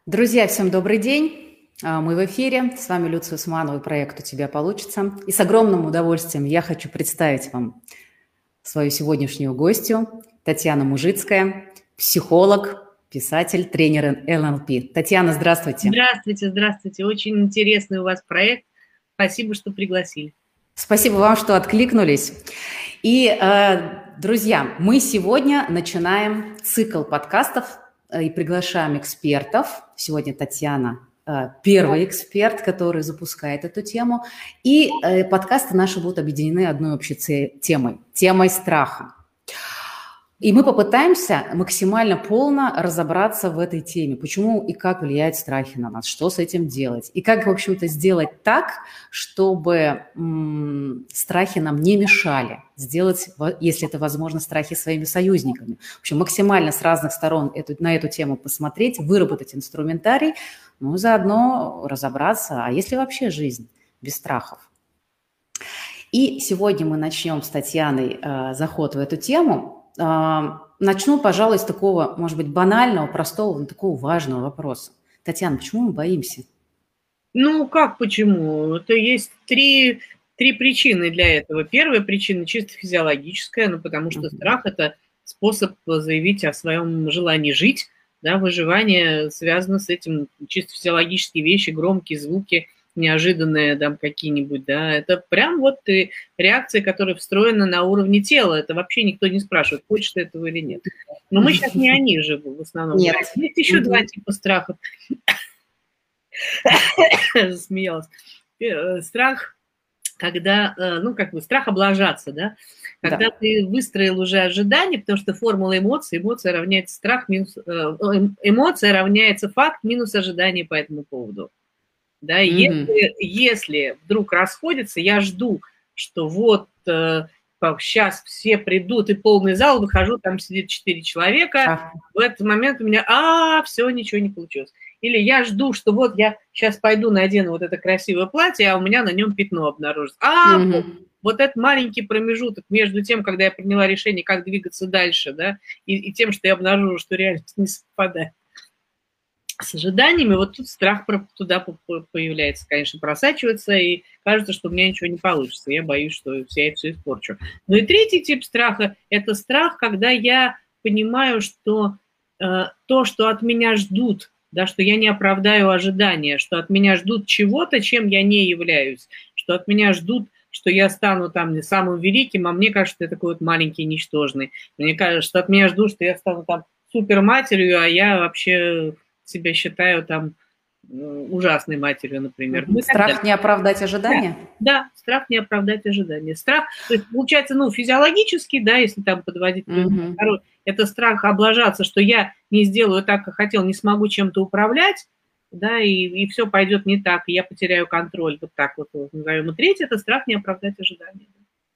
Друзья, всем добрый день. Мы в эфире. С вами Люция Усманова и проект «У тебя получится». И с огромным удовольствием я хочу представить вам свою сегодняшнюю гостью Татьяна Мужицкая, психолог, писатель, тренер НЛП. Татьяна, здравствуйте. Здравствуйте, здравствуйте. Очень интересный у вас проект. Спасибо, что пригласили. Спасибо вам, что откликнулись. И, друзья, мы сегодня начинаем цикл подкастов и приглашаем экспертов. Сегодня Татьяна первый эксперт, который запускает эту тему. И подкасты наши будут объединены одной общей темой страха. И мы попытаемся максимально полно разобраться в этой теме, почему и как влияют страхи на нас, что с этим делать, и как, в общем-то, сделать так, чтобы страхи нам не мешали, сделать, если это возможно, страхи своими союзниками. В общем, максимально с разных сторон на эту тему посмотреть, выработать инструментарий, ну и заодно разобраться, а есть ли вообще жизнь без страхов. И сегодня мы начнем с Татьяной заход в эту тему. Начну, пожалуй, с такого, может быть, банального, простого, но такого важного вопроса. Татьяна, почему мы боимся? Ну, как почему? Это есть три причины для этого. Первая причина чисто физиологическая, потому что страх – это способ заявить о своем желании жить. Да, выживание связано с этим, чисто физиологические вещи, громкие звуки, неожиданные там какие-нибудь, да, это прям вот реакция, которая встроена на уровне тела, это вообще никто не спрашивает, хочешь ты этого или нет. Но мы сейчас не они же в основном. Нет. Есть еще два типа страхов. Засмеялась. Страх, когда, страх облажаться, да, когда ты выстроил уже ожидания, потому что формула эмоций, эмоция равняется страх минус, эмоция равняется факт минус ожидание по этому поводу. Да, если вдруг расходятся, я жду, что вот сейчас все придут, и полный зал, выхожу, там сидит 4 человека, в этот момент у меня, все, ничего не получилось. Или я жду, что вот я сейчас пойду надену вот это красивое платье, а у меня на нем пятно обнаружится. Вот этот маленький промежуток между тем, когда я приняла решение, как двигаться дальше, да, и тем, что я обнаружу, что реальность не совпадает с ожиданиями, вот тут страх туда появляется, конечно, просачивается, и кажется, что у меня ничего не получится, я боюсь, что я все испорчу. Ну и третий тип страха – это страх, когда я понимаю, что то, что от меня ждут, да, что я не оправдаю ожидания, что от меня ждут чего-то, чем я не являюсь, что от меня ждут, что я стану там самым великим, а мне кажется, я такой вот маленький, ничтожный. Мне кажется, что от меня ждут, что я стану там суперматерью, а я вообще себя считаю там ужасной матерью, например. Страх не оправдать ожидания? Да, страх не оправдать ожидания. Страх, то есть, получается, физиологически, да, если там подводить, это страх облажаться, что я не сделаю так, как хотел, не смогу чем-то управлять, да, и все пойдет не так, и я потеряю контроль, вот так вот назовем. И третий – это страх не оправдать ожидания.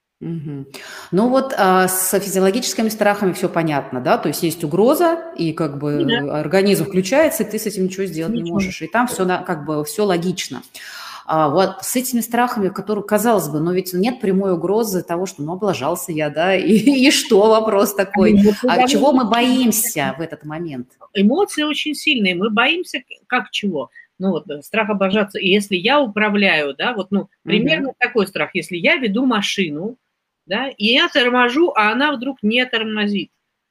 Ну вот с физиологическими страхами все понятно, да, то есть есть угроза, и как бы организм включается, и ты с этим ничего сделать не можешь, и там все как бы все логично. Вот с этими страхами, которые, казалось бы, но ведь нет прямой угрозы того, что облажался я, да, и что вопрос такой, а чего мы боимся в этот момент? Эмоции очень сильные, мы боимся как чего? Страх облажаться, и если я управляю, да, примерно такой страх, если я веду машину, да, и я торможу, а она вдруг не тормозит.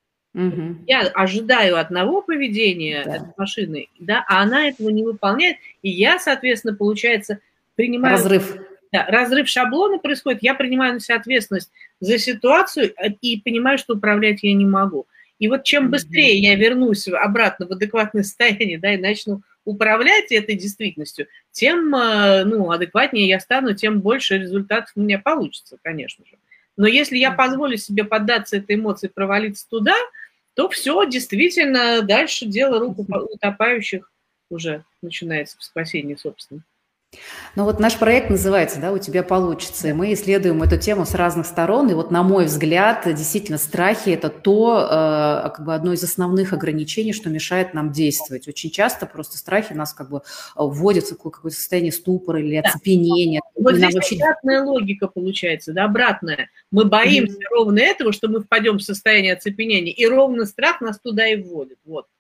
Я ожидаю одного поведения этой машины, да, а она этого не выполняет, и я, соответственно, получается, принимаю... Разрыв шаблона происходит, я принимаю на себя ответственность за ситуацию и понимаю, что управлять я не могу. И вот чем быстрее я вернусь обратно в адекватное состояние, да, и начну управлять этой действительностью, тем адекватнее я стану, тем больше результатов у меня получится, конечно же. Но если я позволю себе поддаться этой эмоции, провалиться туда, то все, действительно, дальше дело рук утопающих уже начинается в спасении, собственно. Ну вот наш проект называется, да, «У тебя получится», и мы исследуем эту тему с разных сторон, и вот, на мой взгляд, действительно, страхи – это как бы одно из основных ограничений, что мешает нам действовать. Очень часто просто страхи нас как бы вводят в какое-то состояние ступора или оцепенения. Вот здесь обратная логика получается, да, обратная. Мы боимся ровно этого, что мы впадем в состояние оцепенения, и ровно страх нас туда и вводит, вот.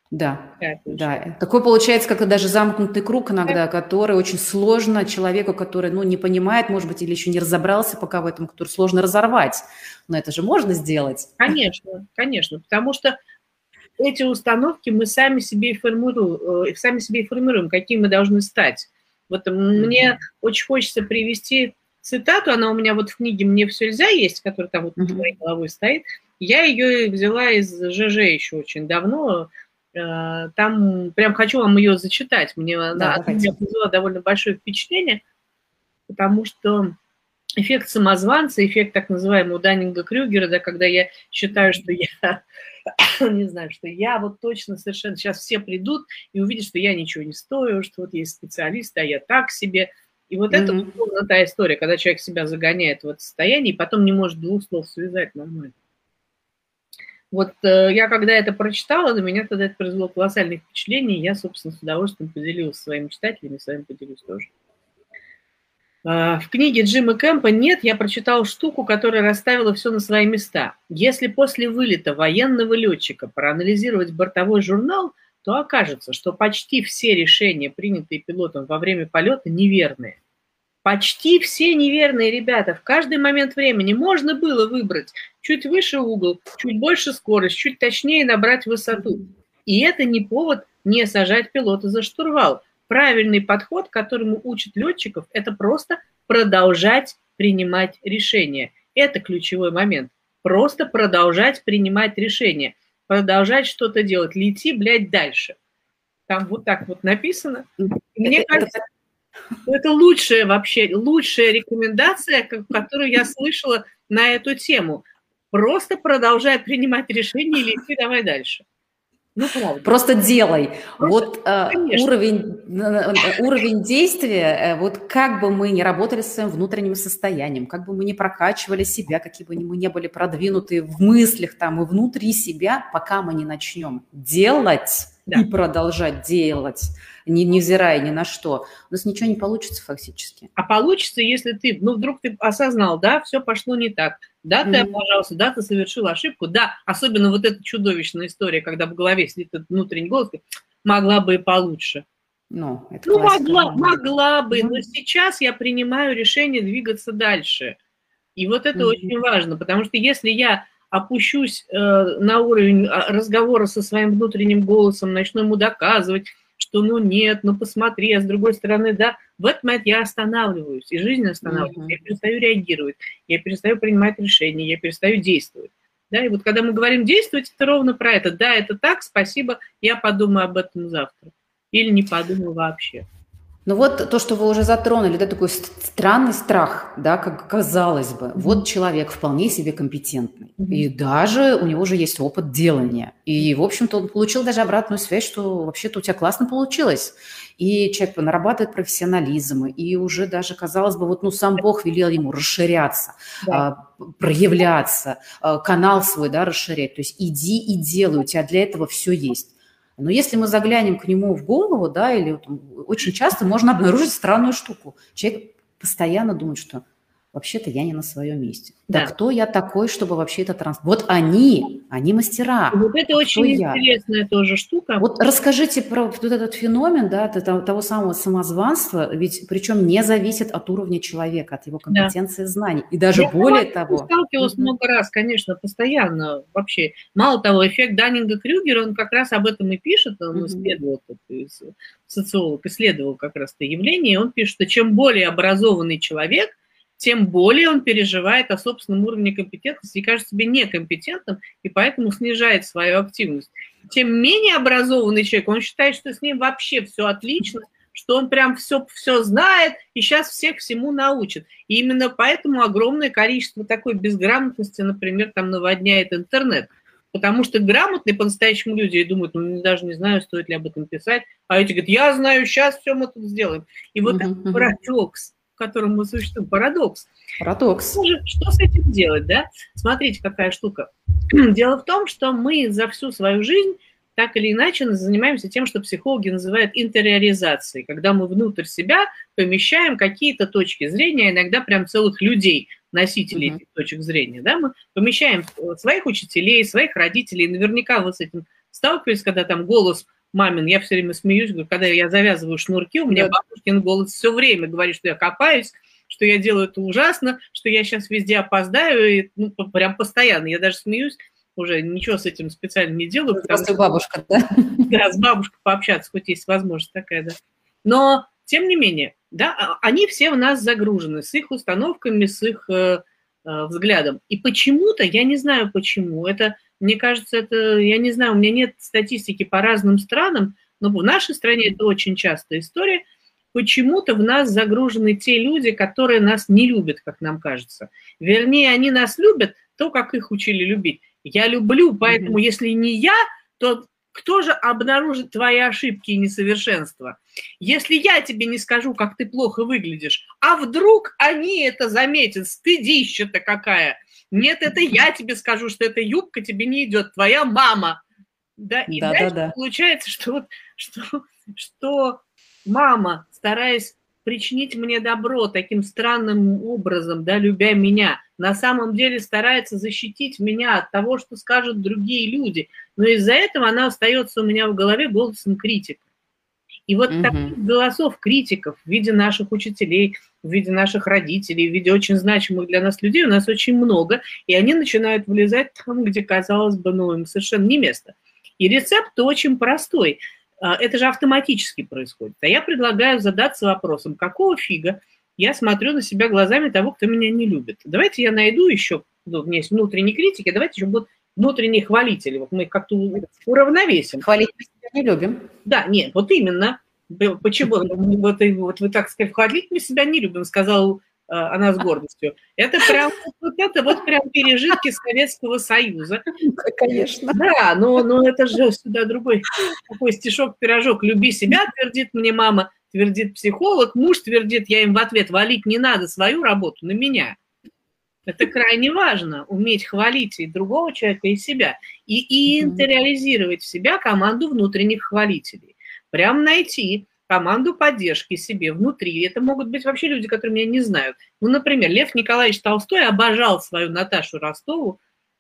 Да, да. Такой получается, как даже замкнутый круг иногда, который очень сложно человеку, который, не понимает, может быть, или еще не разобрался пока в этом, который сложно разорвать. Но это же можно сделать. Конечно, конечно, потому что эти установки мы сами себе и формируем, какие мы должны стать. Вот мне очень хочется привести цитату, она у меня вот в книге «Мне все нельзя» есть, которая там вот над моей головой стоит. Я ее взяла из ЖЖ еще очень давно. Там прям хочу вам ее зачитать. Она вызвала довольно большое впечатление, потому что эффект самозванца, эффект так называемого Даннинга-Крюгера, да, когда я считаю, что я, не знаю, что я вот точно совершенно сейчас все придут и увидят, что я ничего не стою, что вот есть специалисты, а я так себе. И вот это вот та история, когда человек себя загоняет в это состояние и потом не может двух слов связать нормально. Вот я когда это прочитала, на меня тогда это произвело колоссальное впечатление, и я, собственно, с удовольствием поделилась со своими читателями, с вами поделюсь тоже. В книге Джима Кэмпа «Нет» я прочитала штуку, которая расставила все на свои места. Если после вылета военного летчика проанализировать бортовой журнал, то окажется, что почти все решения, принятые пилотом во время полета, неверные. Почти все неверные, ребята. В каждый момент времени можно было выбрать чуть выше угол, чуть больше скорость, чуть точнее набрать высоту. И это не повод не сажать пилота за штурвал. Правильный подход, которому учат летчиков, это просто продолжать принимать решения. Это ключевой момент. Просто продолжать принимать решения. Продолжать что-то делать. Лети, блядь, дальше. Там вот так вот написано. Мне кажется, это лучшая рекомендация, которую я слышала на эту тему. Просто продолжай принимать решения и лети давай дальше. Правда. Просто делай. Уровень действия, вот как бы мы ни работали с своим внутренним состоянием, как бы мы ни прокачивали себя, какие бы мы ни были продвинуты в мыслях там и внутри себя, пока мы не начнем делать и продолжать делать, невзирая ни на что, у нас ничего не получится фактически. А получится, если ты, вдруг ты осознал, да, все пошло не так, да, ты облажался, да, ты совершил ошибку, да, особенно вот эта чудовищная история, когда в голове сидит этот внутренний голос, могла бы и получше. Могла бы, но сейчас я принимаю решение двигаться дальше. И вот это очень важно, потому что если я опущусь на уровень разговора со своим внутренним голосом, начну ему доказывать, что нет, посмотри, а с другой стороны, да, в этот момент я останавливаюсь, и жизнь останавливается, я перестаю реагировать, я перестаю принимать решения, я перестаю действовать. Да, и вот когда мы говорим действовать, это ровно про это. Да, это так, спасибо, я подумаю об этом завтра. Или не подумаю вообще. Ну вот то, что вы уже затронули, да, такой странный страх, да, как казалось бы. Вот человек вполне себе компетентный, и даже у него уже есть опыт делания. И, в общем-то, он получил даже обратную связь, что вообще-то у тебя классно получилось. И человек нарабатывает профессионализм, и уже даже, казалось бы, сам Бог велел ему расширяться, проявляться, канал свой, да, расширять. То есть иди и делай, у тебя для этого все есть. Но если мы заглянем к нему в голову, да, или очень часто можно обнаружить странную штуку. Человек постоянно думает, что вообще-то я не на своем месте. Да кто я такой, чтобы вообще это Вот они мастера. Вот это очень интересная тоже штука. Вот расскажите про вот этот феномен, да, того самого самозванства, ведь причем не зависит от уровня человека, от его компетенции, знаний. И даже более того... Я сталкивалась много раз, конечно, постоянно вообще. Мало того, эффект Даннинга-Крюгера, он как раз об этом и пишет, он исследовал, социолог исследовал как раз это явление, и он пишет, что чем более образованный человек, тем более он переживает о собственном уровне компетентности и кажется себе некомпетентным, и поэтому снижает свою активность. Тем менее образованный человек, он считает, что с ним вообще все отлично, что он прям все знает и сейчас всех всему научит. И именно поэтому огромное количество такой безграмотности, например, там наводняет интернет. Потому что грамотные по-настоящему люди думают, даже не знаю, стоит ли об этом писать, а эти говорят, я знаю, сейчас все мы тут сделаем. И вот этот парадокс, в котором мы существуем, парадокс. Что с этим делать, да? Смотрите, какая штука. Дело в том, что мы за всю свою жизнь так или иначе занимаемся тем, что психологи называют интериоризацией, когда мы внутрь себя помещаем какие-то точки зрения, иногда прям целых людей, носителей этих точек зрения. Да? Мы помещаем своих учителей, своих родителей, наверняка вы с этим сталкивались, когда там голос мамин, я все время смеюсь, говорю, когда я завязываю шнурки, у меня бабушкин голос все время говорит, что я копаюсь, что я делаю это ужасно, что я сейчас везде опоздаю, и, ну, прям постоянно. Я даже смеюсь, уже ничего с этим специально не делаю. Просто бабушка, да? Да, с бабушкой пообщаться, хоть есть возможность такая, да. Но, тем не менее, да, они все в нас загружены с их установками, с их взглядом. И почему-то, я не знаю почему, это, мне кажется, это, я не знаю, у меня нет статистики по разным странам, но в нашей стране это очень частая история. Почему-то в нас загружены те люди, которые нас не любят, как нам кажется. Вернее, они нас любят, то, как их учили любить. Я люблю, поэтому если не я, то кто же обнаружит твои ошибки и несовершенства? Если я тебе не скажу, как ты плохо выглядишь, а вдруг они это заметят, стыдища-то какая. Нет, это я тебе скажу, что эта юбка тебе не идет, твоя мама. Да, и дальше получается, что мама, стараясь причинить мне добро таким странным образом, да, любя меня, на самом деле старается защитить меня от того, что скажут другие люди. Но из-за этого она остается у меня в голове голосом критика. И вот таких голосов критиков в виде наших учителей, в виде наших родителей, в виде очень значимых для нас людей у нас очень много, и они начинают влезать там, где, казалось бы, ну, им совершенно не место. И рецепт очень простой. Это же автоматически происходит. А я предлагаю задаться вопросом, какого фига я смотрю на себя глазами того, кто меня не любит. Давайте я найду еще, ну, у меня есть внутренние критики, давайте еще будут внутренние хвалители. Вот мы их как-то уравновесим. Хвалить мы себя не любим. Да, нет, вот именно. Почему? Вот вы так сказали, хвалить мы себя не любим, сказала она с гордостью. Это прям, вот прям пережитки Советского Союза. Конечно. Да, но это же сюда другой такой стишок-пирожок. Люби себя, твердит мне мама, твердит психолог, муж твердит, я им в ответ, валить не надо свою работу на меня. Это крайне важно, уметь хвалить и другого человека, и себя. И интериализировать в себя команду внутренних хвалителей. Прям найти команду поддержки себе внутри. Это могут быть вообще люди, которые меня не знают. Ну, например, Лев Николаевич Толстой обожал свою Наташу Ростову,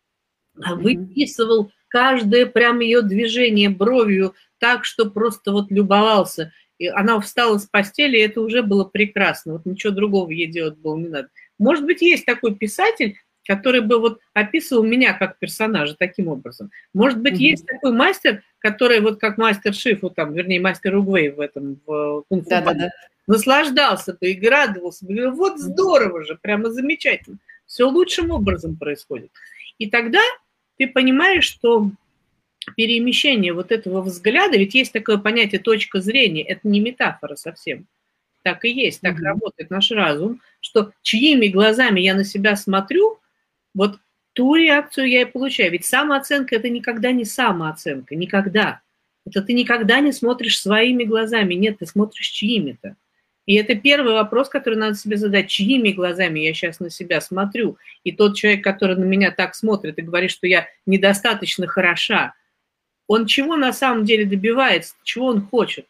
выписывал каждое прям ее движение бровью так, что просто вот любовался. И она встала с постели, и это уже было прекрасно. Вот ничего другого ей делать было не надо. Может быть, есть такой писатель, который бы вот описывал меня как персонажа таким образом. Может быть, есть такой мастер, который вот как мастер Шифу, там, вернее, мастер Угвей в этом, в кунг-фу, наслаждался бы и радовался бы. Говорил, вот здорово же, прямо замечательно. Все лучшим образом происходит. И тогда ты понимаешь, что перемещение вот этого взгляда, ведь есть такое понятие точка зрения, это не метафора совсем. Так и есть, так работает наш разум, что чьими глазами я на себя смотрю, вот ту реакцию я и получаю. Ведь самооценка – это никогда не самооценка, никогда. Это ты никогда не смотришь своими глазами, нет, ты смотришь чьими-то. И это первый вопрос, который надо себе задать, чьими глазами я сейчас на себя смотрю. И тот человек, который на меня так смотрит и говорит, что я недостаточно хороша, он чего на самом деле добивается, чего он хочет?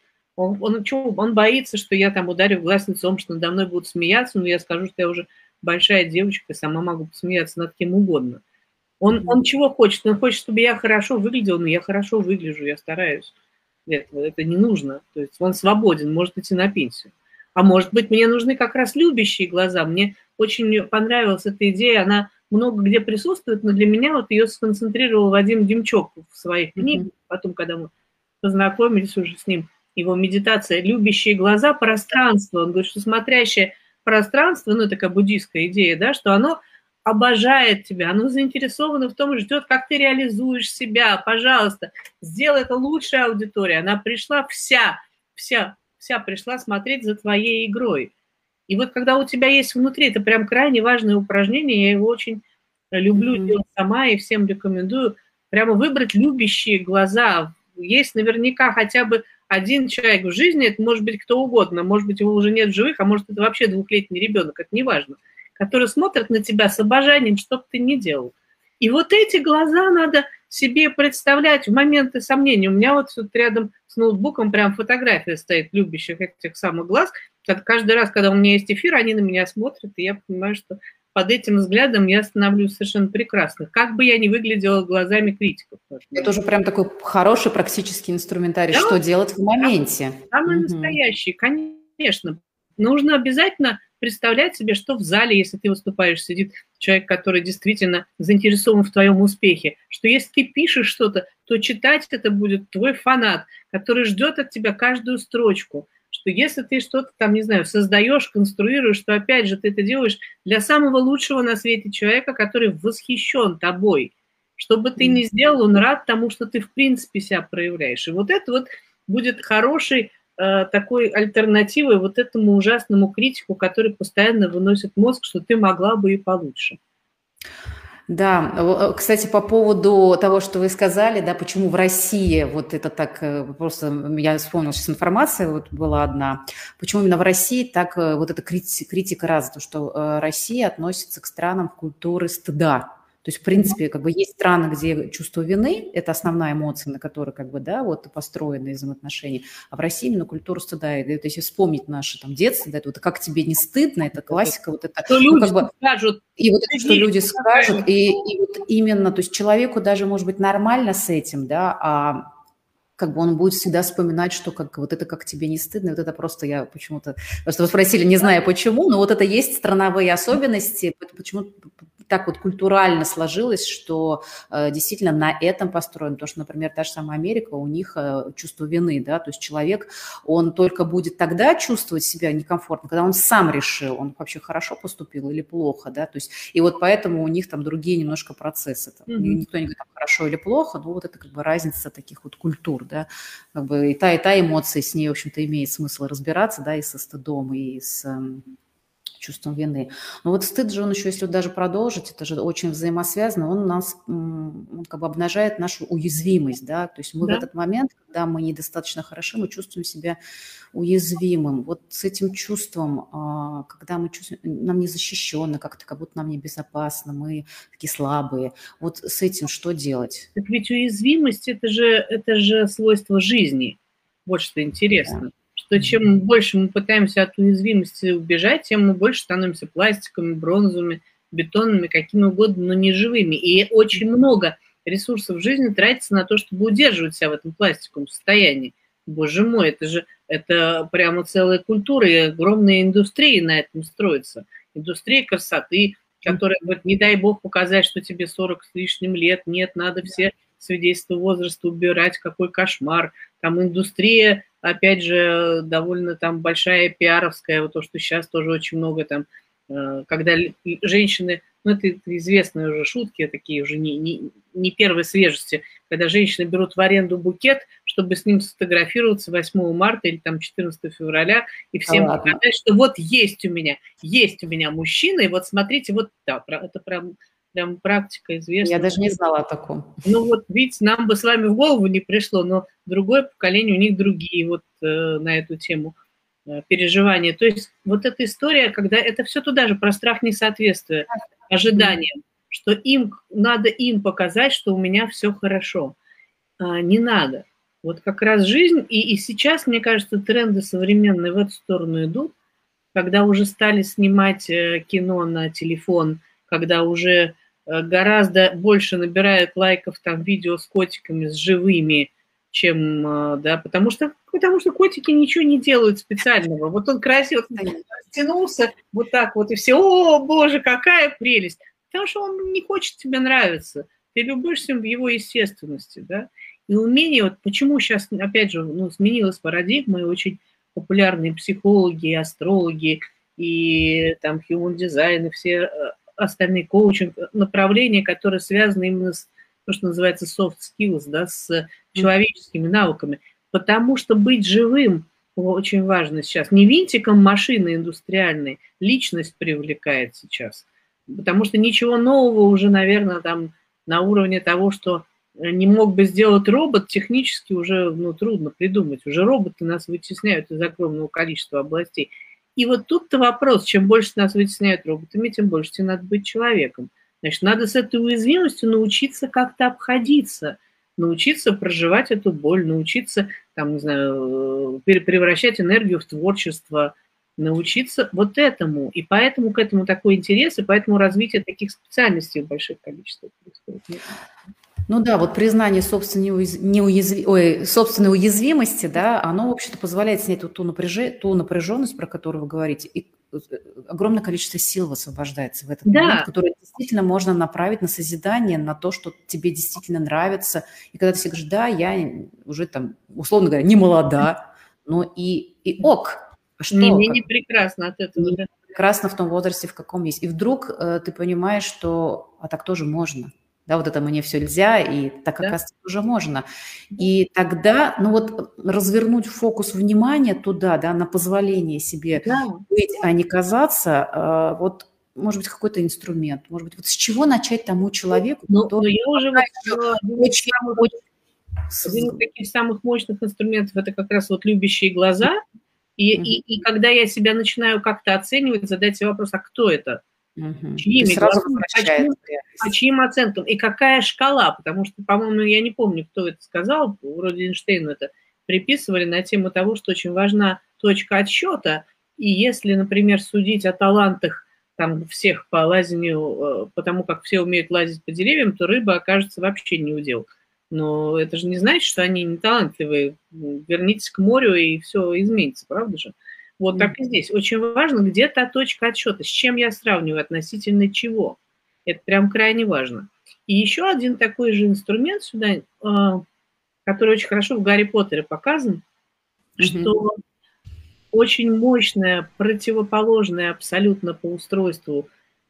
Он боится, что я там ударю в глаз лицом, что надо мной будут смеяться, но я скажу, что я уже большая девочка, сама могу посмеяться над кем угодно. Он чего хочет? Он хочет, чтобы я хорошо выглядела, но я хорошо выгляжу, я стараюсь. Это не нужно. То есть он свободен, может идти на пенсию. А может быть, мне нужны как раз любящие глаза. Мне очень понравилась эта идея, она много где присутствует, но для меня вот ее сконцентрировал Вадим Демчок в своих книгах. Потом, когда мы познакомились уже с ним, его медитация «Любящие глаза, пространство». Он говорит, что смотрящее пространство, ну, такая буддийская идея, да, что оно обожает тебя, оно заинтересовано в том, ждет, как ты реализуешь себя. Пожалуйста, сделай это лучшая аудитория. Она пришла вся пришла смотреть за твоей игрой. И вот когда у тебя есть внутри, это прям крайне важное упражнение, я его очень люблю делать сама и всем рекомендую, прямо выбрать любящие глаза. Есть наверняка хотя бы один человек в жизни, это может быть кто угодно, может быть, его уже нет в живых, а может, это вообще 2-летний ребенок, это не важно, который смотрит на тебя с обожанием, что бы ты ни делал. И вот эти глаза надо себе представлять в моменты сомнений. У меня вот тут рядом с ноутбуком прям фотография стоит любящих этих самых глаз. Каждый раз, когда у меня есть эфир, они на меня смотрят, и я понимаю, что под этим взглядом я становлюсь совершенно прекрасно. Как бы я ни выглядела глазами критиков. Это уже прям такой хороший практический инструментарий, Да, что делать в моменте. самый Мгм. настоящий, конечно. Нужно обязательно представлять себе, что в зале, если ты выступаешь, сидит человек, который действительно заинтересован в твоем успехе, что если ты пишешь что-то, то читать это будет твой фанат, который ждет от тебя каждую строчку, что если ты что-то там, не знаю, создаешь, конструируешь, то опять же ты это делаешь для самого лучшего на свете человека, который восхищен тобой. Что бы ты ни сделал, он рад тому, что ты в принципе себя проявляешь. И вот это вот будет хороший такой альтернативой вот этому ужасному критику, который постоянно выносит мозг, что ты могла бы и получше. Да, кстати, по поводу того, что вы сказали, да, почему в России вот это так, просто я вспомнила сейчас информация, вот была одна, почему именно в России так вот эта критика развита, что Россия относится к странам культуры стыда. То есть, в принципе, как бы есть страны, где чувство вины – это основная эмоция, на которой, как бы, да, вот построены взаимоотношения. А в России именно культура стыда. И вот если вспомнить наше там детство, да, это вот как тебе не стыдно, это классика, вот это, что ну, люди как бы, скажут, и вот это, что люди скажут, и вот именно, то есть человеку даже может быть нормально с этим, да, а как бы он будет всегда вспоминать, что как вот это как тебе не стыдно, вот это просто я почему-то, просто вы спросили, не знаю почему, но вот это есть страновые особенности, почему так вот культурально сложилось, что действительно на этом построен, потому что, например, та же самая Америка, у них чувство вины, да, то есть человек, он только будет тогда чувствовать себя некомфортно, когда он сам решил, он вообще хорошо поступил или плохо, да, то есть и вот поэтому у них там другие немножко процессы, там, никто не говорит там, хорошо или плохо, но вот это как бы разница таких вот культур, да, как бы и та эмоция, с ней, в общем-то, имеет смысл разбираться, да, и со стыдом, и с чувством вины. Но вот стыд же, он еще, если даже продолжить, это же очень взаимосвязано, он нас он как бы обнажает нашу уязвимость, да, то есть мы в этот момент, когда мы недостаточно хороши, мы чувствуем себя уязвимым. Вот с этим чувством, когда мы чувствуем, нам не защищенно как-то, как будто нам небезопасно, мы такие слабые. Вот с этим что делать? Так ведь уязвимость это же свойство жизни. Вот что интересно. Да. Что чем больше мы пытаемся от уязвимости убежать, тем мы больше становимся пластиковыми, бронзовыми, бетонными, какими угодно, но не живыми. И очень много ресурсов в жизни тратится на то, чтобы удерживать себя в этом пластиковом состоянии. Боже мой, это прямо целая культура, и огромная индустрия на этом строится. Индустрия красоты, которая, вот, не дай бог показать, что тебе 40 с лишним лет, нет, надо все свидетельства возраста убирать, какой кошмар. Там индустрия, опять же, довольно там большая пиаровская, вот то, что сейчас тоже очень много там, когда женщины, ну это известные уже шутки, такие уже не первой свежести, когда женщины берут в аренду букет, чтобы с ним сфотографироваться 8 марта или там 14 февраля, и всем показать, что вот есть у меня мужчина, и вот смотрите, вот да, это прям практика известна. Я даже не знала о таком. Ну вот, видите, нам бы с вами в голову не пришло, но другое поколение, у них другие вот на эту тему переживания. То есть вот эта история, когда это все туда же про страх несоответствия ожиданиям, что надо им показать, что у меня все хорошо. Не надо. Вот как раз жизнь, и сейчас, мне кажется, тренды современные в эту сторону идут, когда уже стали снимать кино на телефон, когда уже гораздо больше набирают лайков там видео с котиками, с живыми, чем, да, потому что котики ничего не делают специального. Вот он красиво стянулся вот так вот, и все, о, боже, какая прелесть. Потому что он не хочет тебе нравиться. Ты любуешься в его естественности, да. И умение, вот почему сейчас, опять же, сменилась парадигма, и очень популярные психологи, астрологи, и там human design, и все остальные коучинг, направления, которые связаны именно с то, что называется soft skills, да, с человеческими навыками. Потому что быть живым очень важно сейчас. Не винтиком машины индустриальной личность привлекает сейчас. Потому что ничего нового уже, наверное, там на уровне того, что не мог бы сделать робот, технически уже трудно придумать. Уже роботы нас вытесняют из огромного количества областей. И вот тут-то вопрос, чем больше нас вытесняют роботами, тем больше тебе надо быть человеком. Значит, надо с этой уязвимостью научиться как-то обходиться, научиться проживать эту боль, научиться, там, не знаю, превращать энергию в творчество, научиться вот этому. И поэтому к этому такой интерес, и поэтому развитие таких специальностей в больших количествах происходит. Ну да, вот признание собственной уязвимости, да, оно, в общем-то, позволяет снять вот ту напряженность, про которую вы говорите, и огромное количество сил высвобождается в этот момент, который действительно можно направить на созидание, на то, что тебе действительно нравится. И когда ты себе говоришь, да, я уже там, условно говоря, не молода, но и ок. Что? Не менее прекрасно от этого. Да? Прекрасно в том возрасте, в каком есть. И вдруг ты понимаешь, что так тоже можно. Да, вот это мне все нельзя, и так, оказывается, уже можно. И тогда, ну вот, развернуть фокус внимания туда, да, на позволение себе быть, а не казаться, вот, может быть, какой-то инструмент, может быть, вот с чего начать тому человеку, который... я уже один из таких самых мощных инструментов – это как раз вот любящие глаза, и когда я себя начинаю как-то оценивать, задать себе вопрос, а кто это? Чьими глазами, по чьим оценкам и какая шкала, потому что, по-моему, я не помню, кто это сказал, вроде Эйнштейну это приписывали на тему того, что очень важна точка отсчета, и если, например, судить о талантах там всех по лазанию, потому как все умеют лазить по деревьям, то рыба окажется вообще не удел. Но это же не значит, что они не талантливые. Вернитесь к морю, и все изменится, правда же? Вот так и здесь. Очень важно, где та точка отсчета, с чем я сравниваю, относительно чего. Это прям крайне важно. И еще один такой же инструмент сюда, который очень хорошо в «Гарри Поттере» показан, что очень мощное, противоположное абсолютно по устройству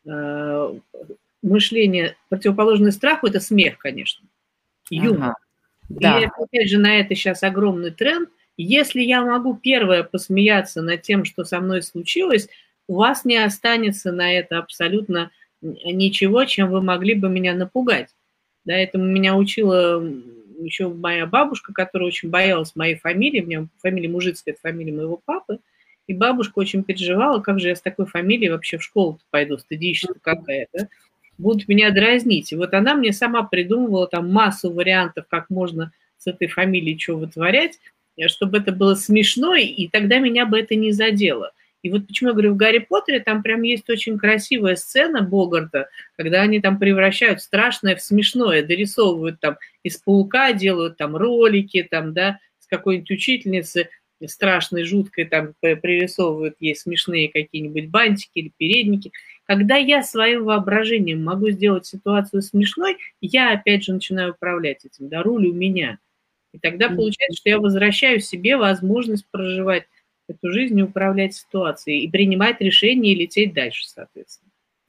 мышление, противоположное страху – это смех, конечно, юмор. И опять же на это сейчас огромный тренд. Если я могу первое посмеяться над тем, что со мной случилось, у вас не останется на это абсолютно ничего, чем вы могли бы меня напугать. Да, этому меня учила еще моя бабушка, которая очень боялась моей фамилии. У меня фамилия Мужицкая, это фамилия моего папы. И бабушка очень переживала, как же я с такой фамилией вообще в школу пойду, стыдища-то какая, да? Будут меня дразнить. И вот она мне сама придумывала там массу вариантов, как можно с этой фамилией что вытворять, чтобы это было смешно, и тогда меня бы это не задело. И вот почему я говорю, в «Гарри Поттере» там прям есть очень красивая сцена Богарта, когда они там превращают страшное в смешное, дорисовывают там из паука, делают там ролики, там, да, с какой-нибудь учительницы страшной, жуткой, там пририсовывают ей смешные какие-нибудь бантики или передники. Когда я своим воображением могу сделать ситуацию смешной, я опять же начинаю управлять этим, да, руль у меня. И тогда получается, что я возвращаю себе возможность проживать эту жизнь и управлять ситуацией, и принимать решения, и лететь дальше, соответственно.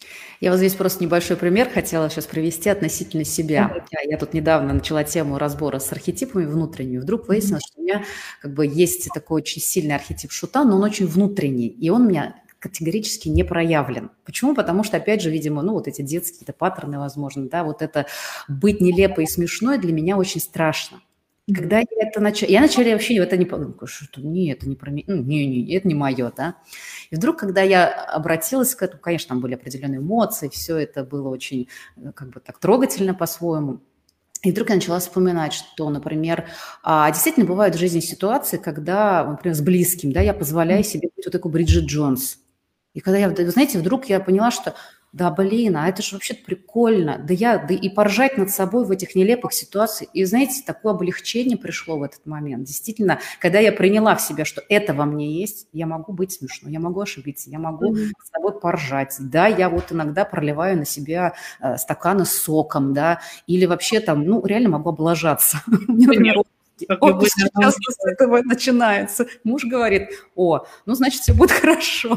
Я вот здесь просто небольшой пример хотела сейчас привести относительно себя. Я тут недавно начала тему разбора с архетипами внутренними. Вдруг выяснилось, что у меня как бы есть такой очень сильный архетип шута, но он очень внутренний, и он у меня категорически не проявлен. Почему? Потому что, опять же, видимо, ну вот эти детские какие-то паттерны, возможно, да, вот это быть нелепой и смешной для меня очень страшно. Когда я это начала, я вначале вообще это не подумала, что не, это не про меня, не, это не мое, да. И вдруг, когда я обратилась к этому, конечно, там были определенные эмоции, все это было очень как бы так трогательно по-своему. И вдруг я начала вспоминать, что, например, действительно бывают в жизни ситуации, когда, например, с близким, да, я позволяю себе быть вот такой Бриджит Джонс. И когда я, вы знаете, вдруг я поняла, что да, блин, а это же вообще-то прикольно. Да и поржать над собой в этих нелепых ситуациях. И, знаете, такое облегчение пришло в этот момент. Действительно, когда я приняла в себя, что это во мне есть, я могу быть смешной, я могу ошибиться, я могу с собой поржать. Да, я вот иногда проливаю на себя стаканы с соком, да, или вообще там, ну, реально могу облажаться. Например, отпуск сейчас с этого начинается. Муж говорит, ну, значит, все будет хорошо.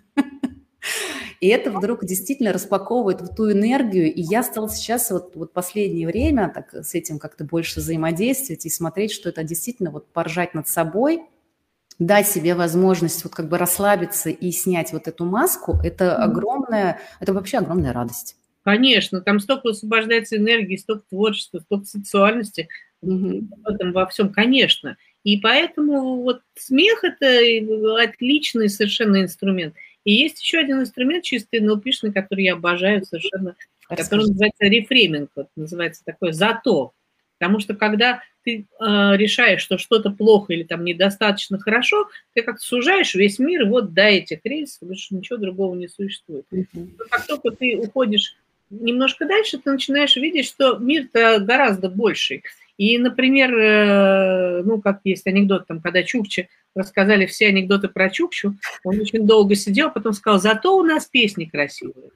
И это вдруг действительно распаковывает вот ту энергию, и я стала сейчас вот последнее время так с этим как-то больше взаимодействовать и смотреть, что это действительно вот поржать над собой, дать себе возможность вот как бы расслабиться и снять вот эту маску, это огромная, это вообще огромная радость. Конечно, там столько освобождается энергии, столько творчества, столько сексуальности в этом во всем, конечно. И поэтому вот смех – это отличный совершенно инструмент. И есть еще один инструмент чистый НЛПшный, который я обожаю совершенно, который называется рефрейминг, вот, называется такое «зато». Потому что когда ты решаешь, что что-то плохо или там недостаточно хорошо, ты как-то сужаешь весь мир вот до этих рельсов, потому что ничего другого не существует. Но как только ты уходишь немножко дальше, ты начинаешь видеть, что мир-то гораздо больший. И, например, ну, как есть анекдот, там, когда Чукче рассказали все анекдоты про Чукчу, он очень долго сидел, потом сказал, зато у нас песни красивые.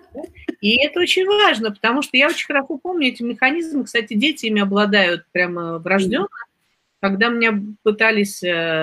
И это очень важно, потому что я очень хорошо помню эти механизмы. Кстати, дети ими обладают прямо врожденно. Когда меня пытались,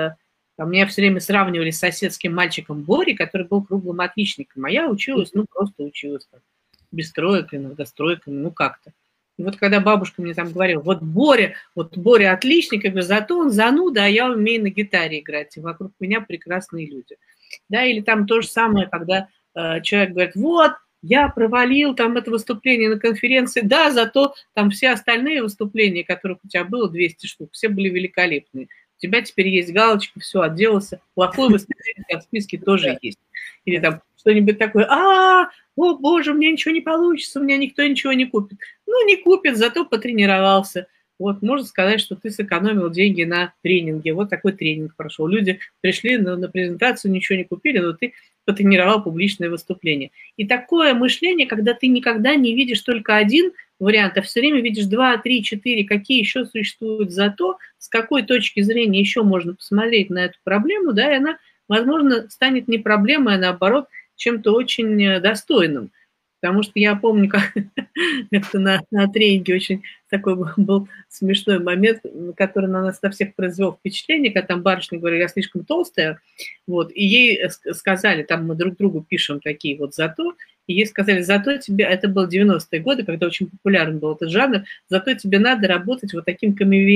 меня все время сравнивали с соседским мальчиком Борей, который был круглым отличником, а я училась, ну, просто училась, так, без троек, иногда с тройками, ну, как-то. И вот когда бабушка мне там говорила, вот Боря отличник, я говорю, зато он зануда, а я умею на гитаре играть, и вокруг меня прекрасные люди. Да, или там то же самое, когда человек говорит, вот, я провалил там это выступление на конференции, да, зато там все остальные выступления, которых у тебя было 200 штук, все были великолепные. У тебя теперь есть галочка, все, отделался. Плохое выступление в списке тоже есть. Или там что-нибудь такое, о боже, у меня ничего не получится, у меня никто ничего не купит. Ну, не купит, зато потренировался. Вот, можно сказать, что ты сэкономил деньги на тренинге. Вот такой тренинг прошел. Люди пришли на презентацию, ничего не купили, но ты потренировал публичное выступление. И такое мышление, когда ты никогда не видишь только один вариант, а все время видишь 2, 3, 4, какие еще существуют за то, с какой точки зрения еще можно посмотреть на эту проблему, да, и она, возможно, станет не проблемой, а наоборот, чем-то очень достойным. Потому что я помню, как это на тренинге очень такой был смешной момент, который на нас на всех произвел впечатление, когда там барышня говорила, я слишком толстая, вот, и ей сказали, там мы друг другу пишем такие вот зато, и ей сказали, зато тебе, это было 90-е годы, когда очень популярен был этот жанр, зато тебе надо работать вот таким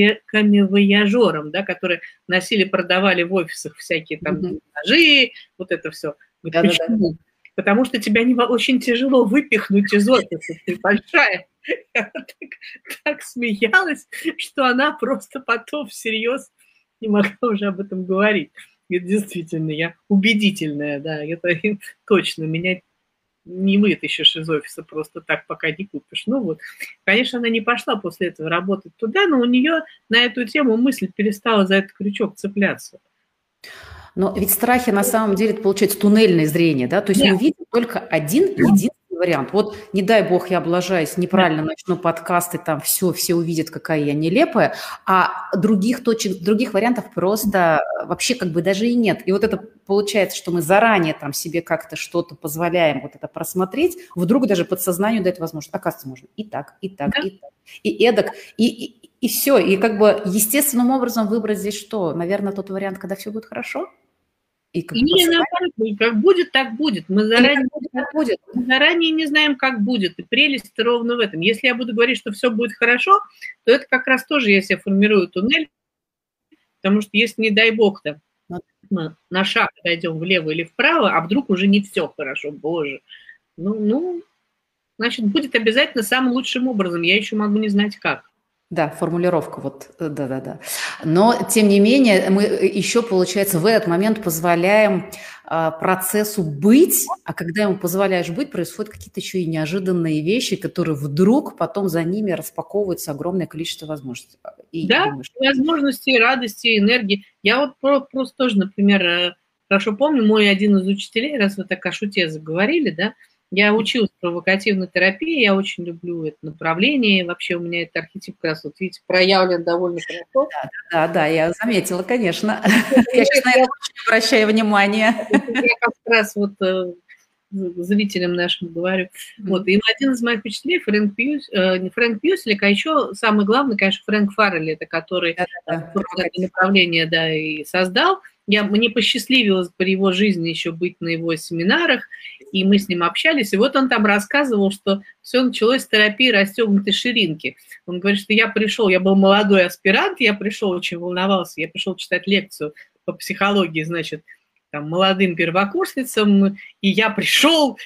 камевояжером, да, которые носили, продавали в офисах всякие там ножи, вот это все. Говорит, почему? Потому что тебя очень тяжело выпихнуть из офиса, ты большая. Я так смеялась, что она просто потом всерьез не могла уже об этом говорить. И действительно, я убедительная, да, это точно, меня не вытащишь из офиса просто так, пока не купишь. Ну вот, конечно, она не пошла после этого работать туда, но у нее на эту тему мысль перестала за этот крючок цепляться. Но ведь страхи на самом деле, это получается туннельное зрение, да? То есть мы видим только один единственный вариант. Вот, не дай бог, я облажаюсь, неправильно начну подкасты, там все увидят, какая я нелепая, а других вариантов просто вообще как бы даже и нет. И вот это получается, что мы заранее там себе как-то что-то позволяем вот это просмотреть, вдруг даже подсознанию дает возможность. Оказывается, можно и так, и так, и так, и эдак, и все. И как бы естественным образом выбрать здесь что? Наверное, тот вариант, когда все будет хорошо? Или наоборот, как будет, так будет. Мы заранее не знаем, как будет. И прелесть ровно в этом. Если я буду говорить, что все будет хорошо, то это как раз тоже я себе формирую туннель, потому что если, не дай бог, мы на шаг дойдем влево или вправо, а вдруг уже не все хорошо, боже. Ну, значит, будет обязательно самым лучшим образом. Я еще могу не знать как. Да, формулировка, вот, да. Но, тем не менее, мы еще, получается, в этот момент позволяем процессу быть, а когда ему позволяешь быть, происходят какие-то еще и неожиданные вещи, которые вдруг потом за ними распаковывается огромное количество возможностей. Возможностей, радости, энергии. Я вот просто тоже, например, хорошо помню, мой один из учителей, раз вы так о шуте заговорили, да, я училась провокативной терапии, я очень люблю это направление, вообще у меня этот архетип как раз, вот видите, проявлен довольно хорошо. Да, я заметила, конечно. Я сейчас на это очень обращаю внимание. Я как раз вот зрителям нашим говорю. Вот, и один из моих учителей, Фрэнк Пьюслик, а еще самый главный, конечно, Фрэнк Фаррелли, это который это направление, да, и создал. Мне посчастливилось при его жизни еще быть на его семинарах, и мы с ним общались, и вот он там рассказывал, что все началось с терапии расстегнутой ширинки. Он говорит, что я был молодой аспирант, я пришел, очень волновался, я пришел читать лекцию по психологии, значит, там, молодым первокурсницам, и я пришел,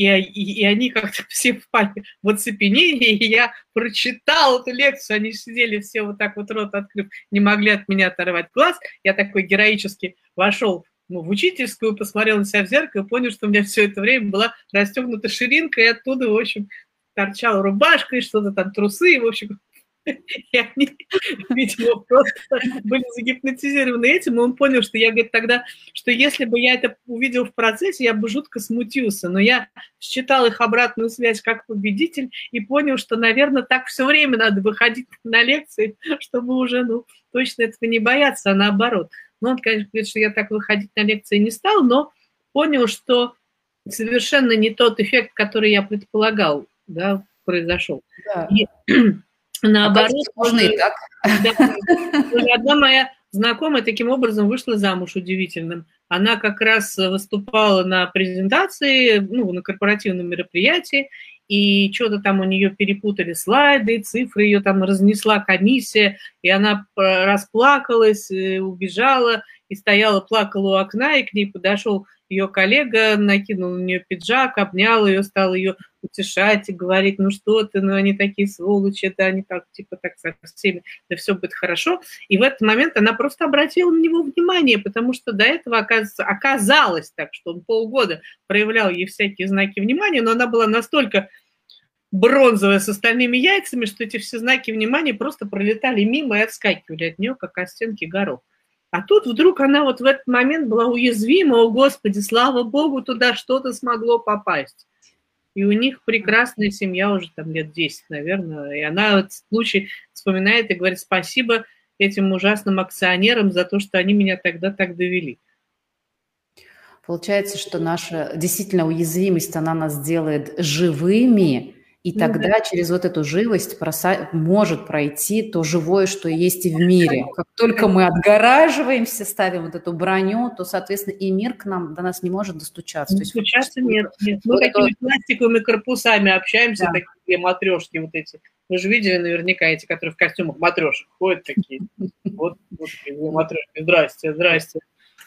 и они как-то все впали в оцепенение, и я прочитал эту лекцию, они сидели все вот так вот рот открыв, не могли от меня оторвать глаз, я такой героически вошел в учительскую, посмотрел на себя в зеркало и понял, что у меня все это время была расстегнута ширинка, и оттуда, в общем, торчала рубашка, и что-то там, трусы, и, в общем, И они, видимо, просто были загипнотизированы этим, и он понял, что я, говорит, тогда, что если бы я это увидел в процессе, я бы жутко смутился. Но я считал их обратную связь как победитель и понял, что, наверное, так все время надо выходить на лекции, чтобы уже, точно этого не бояться, а наоборот. Ну, он, конечно, говорит, что я так выходить на лекции не стал, но понял, что совершенно не тот эффект, который я предполагал, да, произошел. Да. И наоборот, можно и так. Да, одна моя знакомая таким образом вышла замуж удивительным. Она как раз выступала на презентации, на корпоративном мероприятии, и что-то там у нее перепутали слайды, цифры, ее там разнесла комиссия, и она расплакалась, убежала, и стояла, плакала у окна, и к ней подошел ее коллега, накинул на нее пиджак, обнял ее, стал ее утешать и говорить, ну что ты, они такие сволочи, да, они так, так со всеми, да все будет хорошо. И в этот момент она просто обратила на него внимание, потому что до этого, оказалось так, что он полгода проявлял ей всякие знаки внимания, но она была настолько бронзовая с остальными яйцами, что эти все знаки внимания просто пролетали мимо и отскакивали от нее, как от стенки горох. А тут вдруг она вот в этот момент была уязвима, о Господи, слава Богу, туда что-то смогло попасть. И у них прекрасная семья уже там лет 10, наверное. И она этот случай вспоминает и говорит, спасибо этим ужасным акционерам за то, что они меня тогда так довели. Получается, что наша действительно уязвимость, она нас делает живыми, и тогда через вот эту живость может пройти то живое, что есть и в мире. Как только мы отгораживаемся, ставим вот эту броню, то, соответственно, и мир до нас не может достучаться. Достучаться нет. Мы такими пластиковыми корпусами общаемся, да. Такие матрешки вот эти. Вы же видели наверняка эти, которые в костюмах матрешек ходят такие. Вот такие матрешки. Здрасте.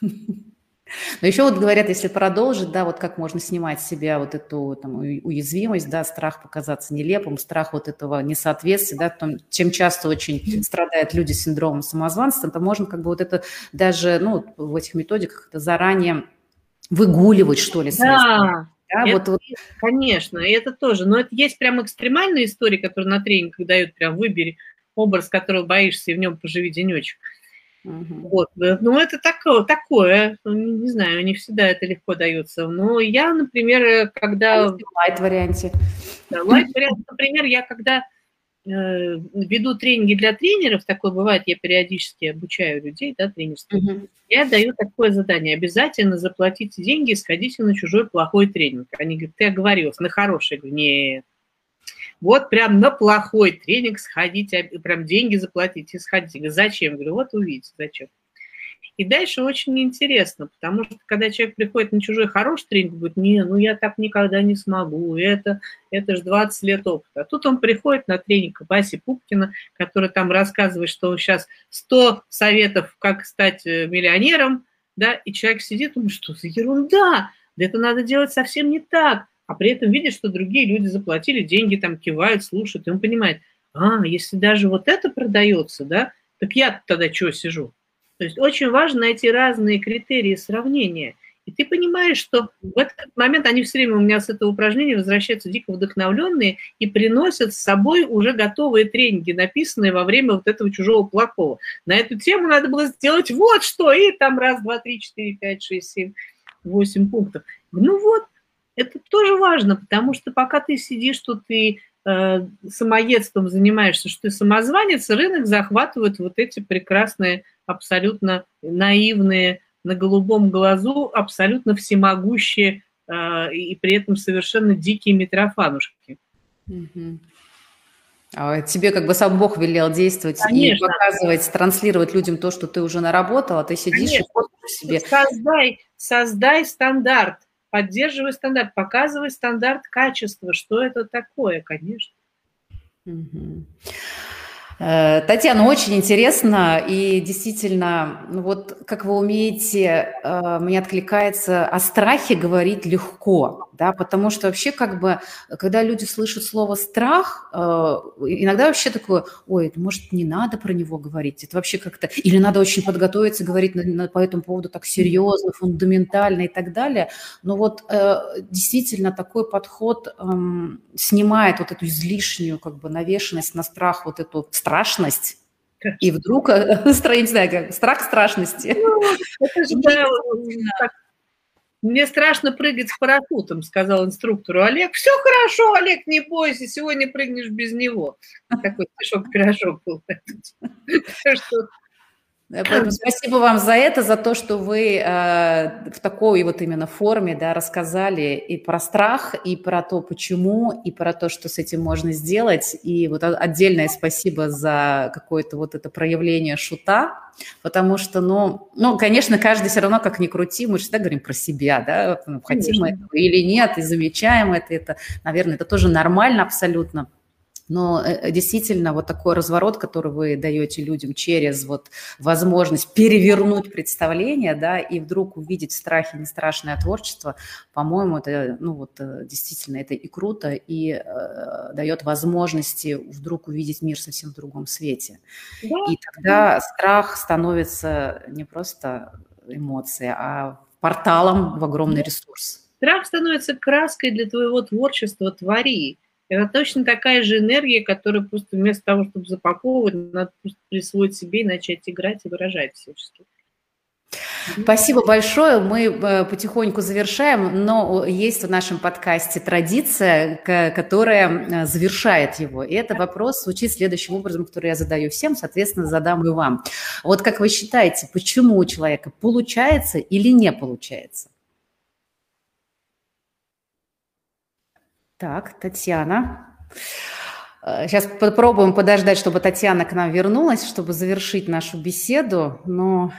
Но еще вот говорят, если продолжить, да, вот как можно снимать с себя вот эту там уязвимость, да, страх показаться нелепым, страх вот этого несоответствия, да, чем часто очень страдают люди с синдромом самозванца, то можно как бы вот это даже, в этих методиках это заранее выгуливать, что ли, да, конечно, и это тоже, но это есть прям экстремальные истории, которые на тренингах дают, прям выбери образ, которого боишься, и в нем поживи денечек. Вот, это такое, не знаю, не всегда это легко дается. Но я, например, когда... в лайт-варианте. Да, лайт-вариант, например, я когда веду тренинги для тренеров, такое бывает, я периодически обучаю людей, да, тренерским, я даю такое задание, обязательно заплатите деньги и сходите на чужой плохой тренинг. Они говорят, ты оговорился, на хороший. Я говорю, нет. Вот прям на плохой тренинг сходите, прям деньги заплатите и сходите. Говорю, зачем? Говорю, вот увидите, зачем. И дальше очень интересно, потому что когда человек приходит на чужой хороший тренинг, говорит, я так никогда не смогу, это же 20 лет опыта. А тут он приходит на тренинг Васи Пупкина, который там рассказывает, что он сейчас 100 советов, как стать миллионером, да, и человек сидит, думает, что за ерунда, да это надо делать совсем не так. А при этом видит, что другие люди заплатили деньги, там кивают, слушают, и он понимает, если даже вот это продается, да, так я тогда чего сижу? То есть очень важно найти разные критерии сравнения. И ты понимаешь, что в этот момент они все время у меня с этого упражнения возвращаются дико вдохновленные и приносят с собой уже готовые тренинги, написанные во время вот этого чужого плохого. На эту тему надо было сделать вот что, и там 1, 2, 3, 4, 5, 6, 7, 8 пунктов. Это тоже важно, потому что пока ты сидишь, что ты самоедством занимаешься, что ты самозванец, рынок захватывает вот эти прекрасные, абсолютно наивные, на голубом глазу, абсолютно всемогущие и при этом совершенно дикие митрофанушки. А тебе как бы сам Бог велел действовать. Конечно. И показывать, транслировать людям то, что ты уже наработал, а ты сидишь. Конечно. И хочешь себе. Создай стандарт. Поддерживай стандарт, показывай стандарт качества. Что это такое, конечно. Татьяна, очень интересно. И действительно, вот как вы умеете, мне откликается, о страхе говорить легко. да, потому что вообще как бы, когда люди слышат слово «страх», иногда вообще такое, ой, может, не надо про него говорить, это вообще как-то, или надо очень подготовиться, говорить по этому поводу так серьезно, фундаментально и так далее, но вот действительно такой подход снимает вот эту излишнюю как бы навешенность на страх, вот эту страшность, и вдруг, не знаю, как, страх страшности. Ну, это же, да, мне страшно прыгать с парашютом, сказал инструктору Олег. Все хорошо, Олег, не бойся, сегодня прыгнешь без него. Такой стишок-пирожок был. Поэтому спасибо вам за это, за то, что вы в такой вот именно форме, да, рассказали и про страх, и про то, почему, и про то, что с этим можно сделать. И вот отдельное спасибо за какое-то вот это проявление шута, потому что, ну, конечно, каждый все равно, как ни крути, мы же всегда говорим про себя, да, хотим мы этого или нет, и замечаем это, наверное, это тоже нормально абсолютно. Но действительно вот такой разворот, который вы даете людям через вот возможность перевернуть представление, да, и вдруг увидеть в страхе не страшное творчество, по-моему, это, ну вот действительно это и круто, и дает возможности вдруг увидеть мир совсем в другом свете. Да. И тогда страх становится не просто эмоцией, а порталом в огромный ресурс. Страх становится краской для твоего творчества, твори. Это точно такая же энергия, которая просто вместо того, чтобы запаковывать, надо просто присвоить себе и начать играть и выражать всячески. Спасибо большое. Мы потихоньку завершаем, но есть в нашем подкасте традиция, которая завершает его. И это вопрос звучит следующим образом, который я задаю всем, соответственно, задам и вам. Вот как вы считаете, почему у человека получается или не получается? Так, Татьяна. Сейчас попробуем подождать, чтобы Татьяна к нам вернулась, чтобы завершить нашу беседу. Но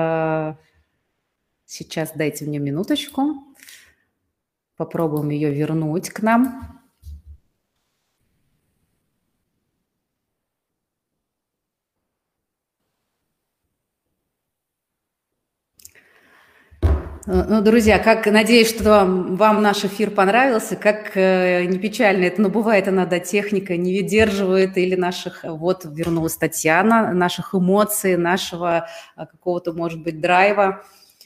сейчас дайте мне минуточку. Попробуем ее вернуть к нам. Ну, друзья, надеюсь, что вам наш эфир понравился. Как не печально это, но бывает иногда техника не выдерживает, или вот вернулась Татьяна, наших эмоций, нашего какого-то, может быть, драйва.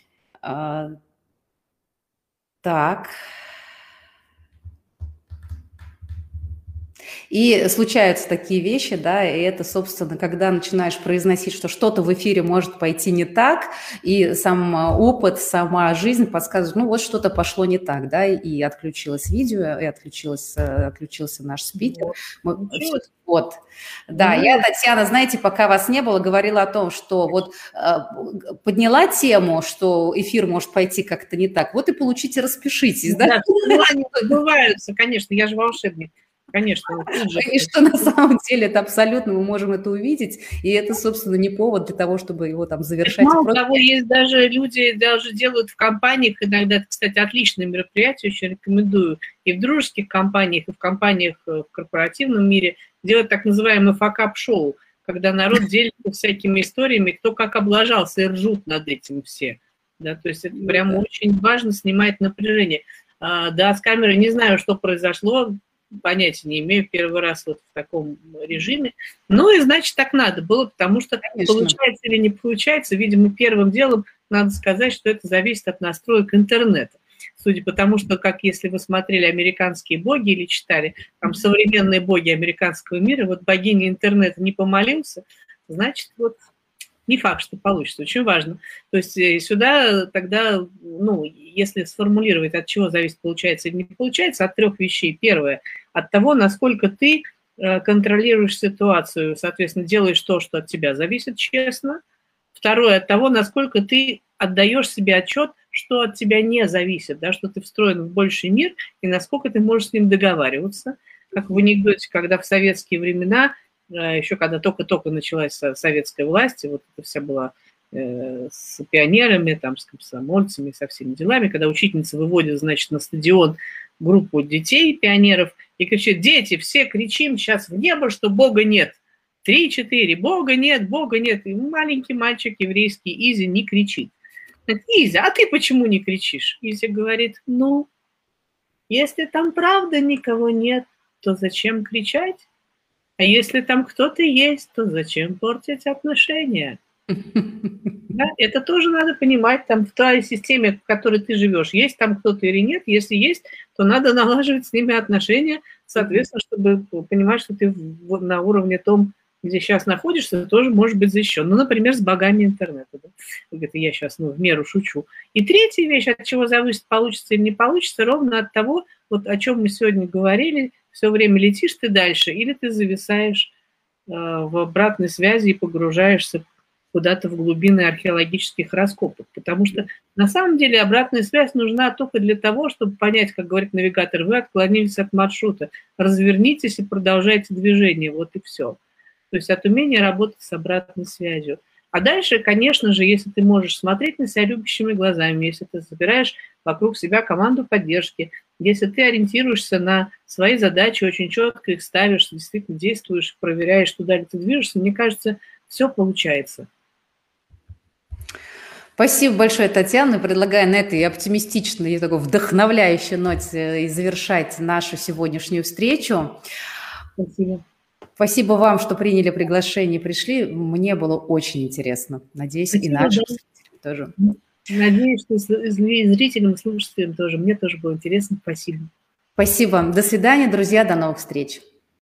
Так. И случаются такие вещи, да, и это, собственно, когда начинаешь произносить, что что-то в эфире может пойти не так, и сам опыт, сама жизнь подсказывает, ну вот что-то пошло не так, да, и отключилось видео, и отключился наш спикер. Вот. Да, я, Татьяна, знаете, пока вас не было, говорила о том, что вот подняла тему, что эфир может пойти как-то не так, вот и получите, распишитесь, да? Да, желания сбываются, конечно, я же волшебник. Конечно. И что на самом деле это абсолютно, мы можем это увидеть, и это, собственно, не повод для того, чтобы его там завершать. Мало того, есть даже люди, даже делают в компаниях, иногда, это, кстати, отличное мероприятие, очень рекомендую, и в дружеских компаниях, и в компаниях в корпоративном мире делать так называемый факап-шоу, когда народ делится всякими историями, кто как облажался, и ржут над этим все. Да, то есть это прям очень важно, снимает напряжение. Да, с камерой не знаю, что произошло, понятия не имею, первый раз вот в таком режиме. Ну и значит, так надо было, потому что получается или не получается, видимо, первым делом надо сказать, что это зависит от настроек интернета. Судя по тому, что, как если вы смотрели «Американские боги» или читали, там современные боги американского мира, вот богиня интернета не помолился, значит, вот не факт, что получится, очень важно. То есть сюда тогда, ну, если сформулировать, от чего зависит, получается или не получается, от трех вещей. Первое, от того, насколько ты контролируешь ситуацию, соответственно, делаешь то, что от тебя зависит честно. Второе, от того, насколько ты отдаешь себе отчет, что от тебя не зависит, да, что ты встроен в больший мир, и насколько ты можешь с ним договариваться. Как в анекдоте, когда в советские времена, еще когда только-только началась советская власть, и вот это вся была с пионерами, там, с комсомольцами, со всеми делами, когда учительница выводит, значит, на стадион группу детей, пионеров, и кричит: дети, все кричим сейчас в небо, что Бога нет. 3-4, Бога нет, Бога нет. И маленький мальчик еврейский Изи не кричит. Изи, а ты почему не кричишь? Изи говорит: ну, Если там правда никого нет, то зачем кричать? А если там кто-то есть, то зачем портить отношения? Да, это тоже надо понимать, там в твоей системе, в которой ты живешь, есть там кто-то или нет. Если есть, то надо налаживать с ними отношения, соответственно, чтобы понимать, что ты на уровне том, где сейчас находишься, тоже может быть защищен. Ну, например, с богами интернета. Да? Это я сейчас в меру шучу. И третья вещь, от чего зависит, получится или не получится, ровно от того, вот о чем мы сегодня говорили, все время летишь ты дальше или ты зависаешь в обратной связи и погружаешься куда-то в глубины археологических раскопок. Потому что на самом деле обратная связь нужна только для того, чтобы понять, как говорит навигатор, вы отклонились от маршрута, развернитесь и продолжайте движение, вот и все. То есть от умения работать с обратной связью. А дальше, конечно же, если ты можешь смотреть на себя любящими глазами, если ты собираешь вокруг себя команду поддержки, если ты ориентируешься на свои задачи, очень четко их ставишь, действительно действуешь, проверяешь, туда ли ты движешься, мне кажется, все получается. Спасибо большое, Татьяна. Предлагаю на этой оптимистичной и такой вдохновляющей ноте и завершать нашу сегодняшнюю встречу. Спасибо. Спасибо вам, что приняли приглашение и пришли. Мне было очень интересно. Надеюсь, спасибо, и нашим зрителям тоже. Надеюсь, что и зрителям, и слушателям тоже. Мне тоже было интересно. Спасибо. Спасибо. До свидания, друзья. До новых встреч.